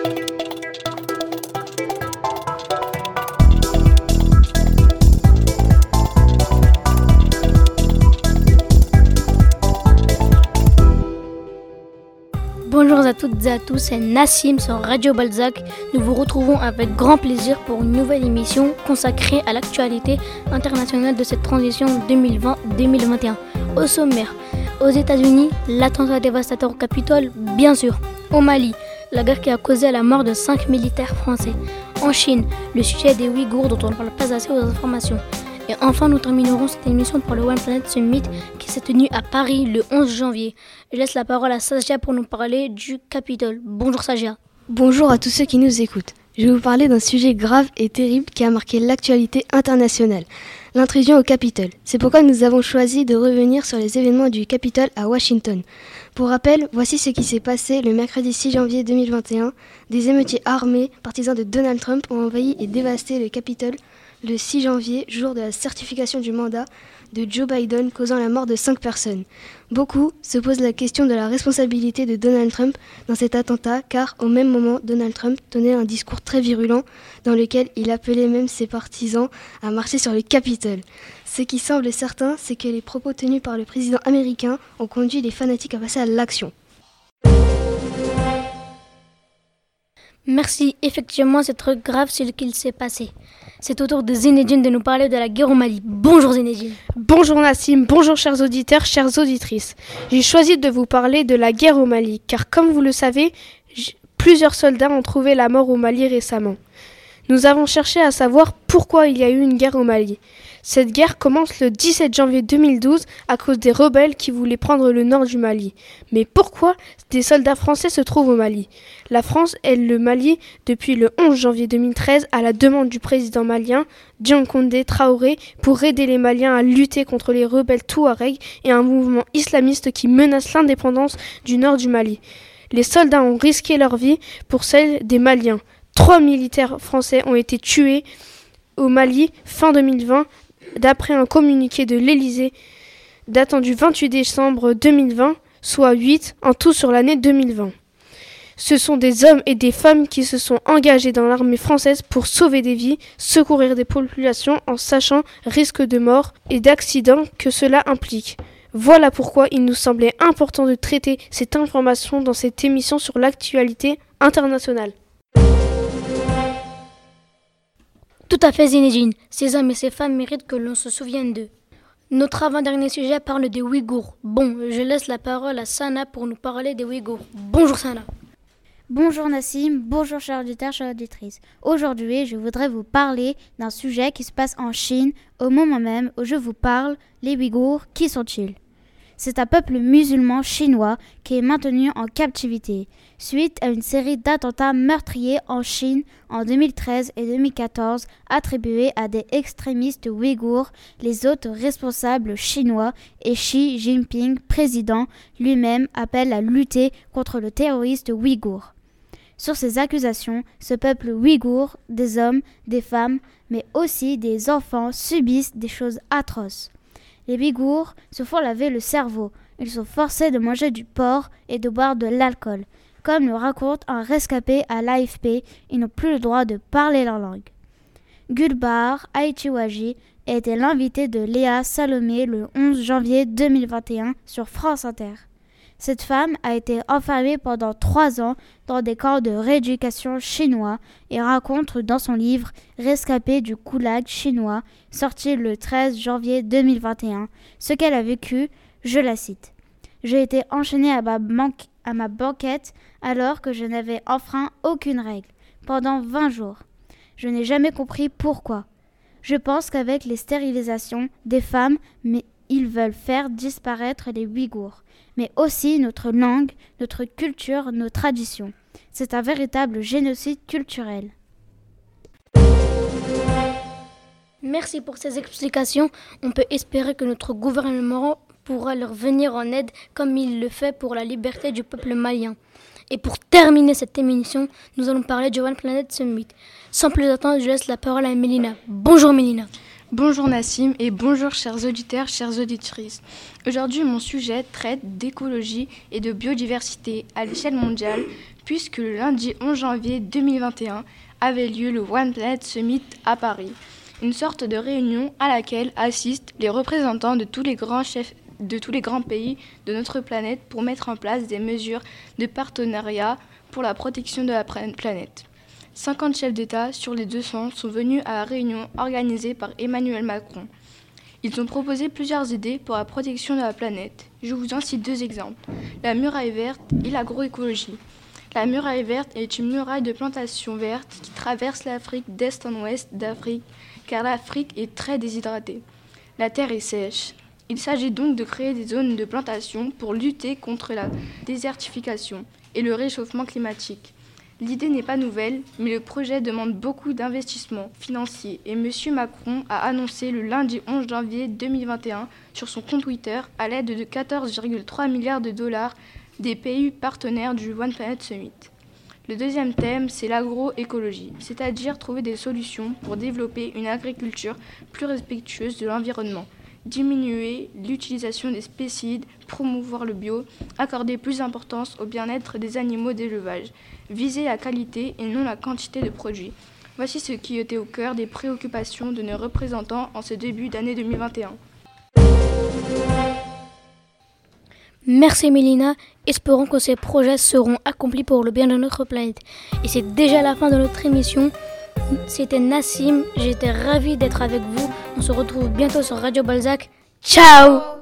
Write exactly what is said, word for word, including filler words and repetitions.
Bonjour à toutes et à tous, c'est Nassim sur Radio Balzac. Nous vous retrouvons avec grand plaisir pour une nouvelle émission consacrée à l'actualité internationale de cette transition deux mille vingt deux mille vingt et un. Au sommaire, aux États-Unis, l'attentat dévastateur au Capitole, bien sûr. Au Mali, la guerre qui a causé la mort de cinq militaires français. En Chine, le sujet des Ouïghours dont on ne parle pas assez aux informations. Et enfin, nous terminerons cette émission par le One Planet Summit qui s'est tenu à Paris le onze janvier. Je laisse la parole à Sagia pour nous parler du Capitole. Bonjour Sagia. Bonjour à tous ceux qui nous écoutent. Je vais vous parler d'un sujet grave et terrible qui a marqué l'actualité internationale, l'intrusion au Capitole. C'est pourquoi nous avons choisi de revenir sur les événements du Capitole à Washington. Pour rappel, voici ce qui s'est passé le mercredi six janvier deux mille vingt et un. Des émeutiers armés, partisans de Donald Trump, ont envahi et dévasté le Capitole le six janvier, jour de la certification du mandat de Joe Biden, causant la mort de cinq personnes. Beaucoup se posent la question de la responsabilité de Donald Trump dans cet attentat, car au même moment, Donald Trump tenait un discours très virulent dans lequel il appelait même ses partisans à marcher sur le Capitole. Ce qui semble certain, c'est que les propos tenus par le président américain ont conduit les fanatiques à passer à l'action. Merci, effectivement c'est très grave ce qu'il s'est passé. C'est au tour de Zinedine de nous parler de la guerre au Mali. Bonjour Zinedine. Bonjour Nassim, bonjour chers auditeurs, chères auditrices. J'ai choisi de vous parler de la guerre au Mali, car comme vous le savez, j- plusieurs soldats ont trouvé la mort au Mali récemment. Nous avons cherché à savoir pourquoi il y a eu une guerre au Mali. Cette guerre commence le dix-sept janvier deux mille douze à cause des rebelles qui voulaient prendre le nord du Mali. Mais pourquoi des soldats français se trouvent au Mali ? La France aide le Mali depuis le onze janvier deux mille treize à la demande du président malien Dian Condé Traoré pour aider les Maliens à lutter contre les rebelles Touaregs et un mouvement islamiste qui menace l'indépendance du nord du Mali. Les soldats ont risqué leur vie pour celle des Maliens. Trois militaires français ont été tués au Mali fin deux mille vingt, d'après un communiqué de l'Élysée datant du vingt-huit décembre deux mille vingt, soit huit en tout sur l'année deux mille vingt. Ce sont des hommes et des femmes qui se sont engagés dans l'armée française pour sauver des vies, secourir des populations en sachant risque de mort et d'accident que cela implique. Voilà pourquoi il nous semblait important de traiter cette information dans cette émission sur l'actualité internationale. Tout à fait Zinedine, ces hommes et ces femmes méritent que l'on se souvienne d'eux. Notre avant-dernier sujet parle des Ouïghours. Bon, je laisse la parole à Sana pour nous parler des Ouïghours. Bonjour Sana. Bonjour Nassim, bonjour chers auditeurs, chères auditrices. Aujourd'hui, je voudrais vous parler d'un sujet qui se passe en Chine, au moment même où je vous parle, les Ouïghours, qui sont-ils ? C'est un peuple musulman chinois qui est maintenu en captivité, suite à une série d'attentats meurtriers en Chine en deux mille treize et deux mille quatorze attribués à des extrémistes ouïghours, les autres responsables chinois et Xi Jinping, président, lui-même appelle à lutter contre le terroriste ouïghour. Sur ces accusations, ce peuple ouïghour, des hommes, des femmes, mais aussi des enfants subissent des choses atroces. Les Ouïghours se font laver le cerveau. Ils sont forcés de manger du porc et de boire de l'alcool. Comme le raconte un rescapé à l'A F P, ils n'ont plus le droit de parler leur langue. Gulbar Aichiwaji était l'invité de Léa Salomé le onze janvier deux mille vingt et un sur France Inter. Cette femme a été enfermée pendant trois ans dans des camps de rééducation chinois et raconte dans son livre « Rescapé du goulag chinois » sorti le treize janvier deux mille vingt et un, ce qu'elle a vécu, je la cite. « J'ai été enchaînée à ma, banque, à ma banquette alors que je n'avais enfreint aucune règle, pendant vingt jours. Je n'ai jamais compris pourquoi. Je pense qu'avec les stérilisations des femmes, mais ils veulent faire disparaître les Ouïghours, mais aussi notre langue, notre culture, nos traditions. C'est un véritable génocide culturel. » Merci pour ces explications. On peut espérer que notre gouvernement pourra leur venir en aide comme il le fait pour la liberté du peuple malien. Et pour terminer cette émission, nous allons parler du One Planet Summit. Sans plus attendre, je laisse la parole à Mélina. Bonjour Mélina. Bonjour Nassim et bonjour chers auditeurs, chères auditrices. Aujourd'hui, mon sujet traite d'écologie et de biodiversité à l'échelle mondiale, puisque le lundi onze janvier deux mille vingt et un avait lieu le One Planet Summit à Paris, une sorte de réunion à laquelle assistent les représentants de tous les grands chefs de tous les grands pays de notre planète pour mettre en place des mesures de partenariat pour la protection de la planète. cinquante chefs d'État sur les deux cents sont venus à la réunion organisée par Emmanuel Macron. Ils ont proposé plusieurs idées pour la protection de la planète. Je vous en cite deux exemples, la muraille verte et l'agroécologie. La muraille verte est une muraille de plantations vertes qui traverse l'Afrique d'est en ouest d'Afrique, car l'Afrique est très déshydratée. La terre est sèche. Il s'agit donc de créer des zones de plantation pour lutter contre la désertification et le réchauffement climatique. L'idée n'est pas nouvelle, mais le projet demande beaucoup d'investissements financiers et M. Macron a annoncé le lundi onze janvier deux mille vingt et un sur son compte Twitter à l'aide de quatorze virgule trois milliards de dollars des pays partenaires du One Planet Summit. Le deuxième thème, c'est l'agroécologie, c'est-à-dire trouver des solutions pour développer une agriculture plus respectueuse de l'environnement, diminuer l'utilisation des pesticides, promouvoir le bio, accorder plus d'importance au bien-être des animaux d'élevage, viser la qualité et non la quantité de produits. Voici ce qui était au cœur des préoccupations de nos représentants en ce début d'année deux mille vingt et un. Merci Mélina, espérons que ces projets seront accomplis pour le bien de notre planète. Et c'est déjà la fin de notre émission. C'était Nassim, j'étais ravie d'être avec vous. On se retrouve bientôt sur Radio Balzac. Ciao!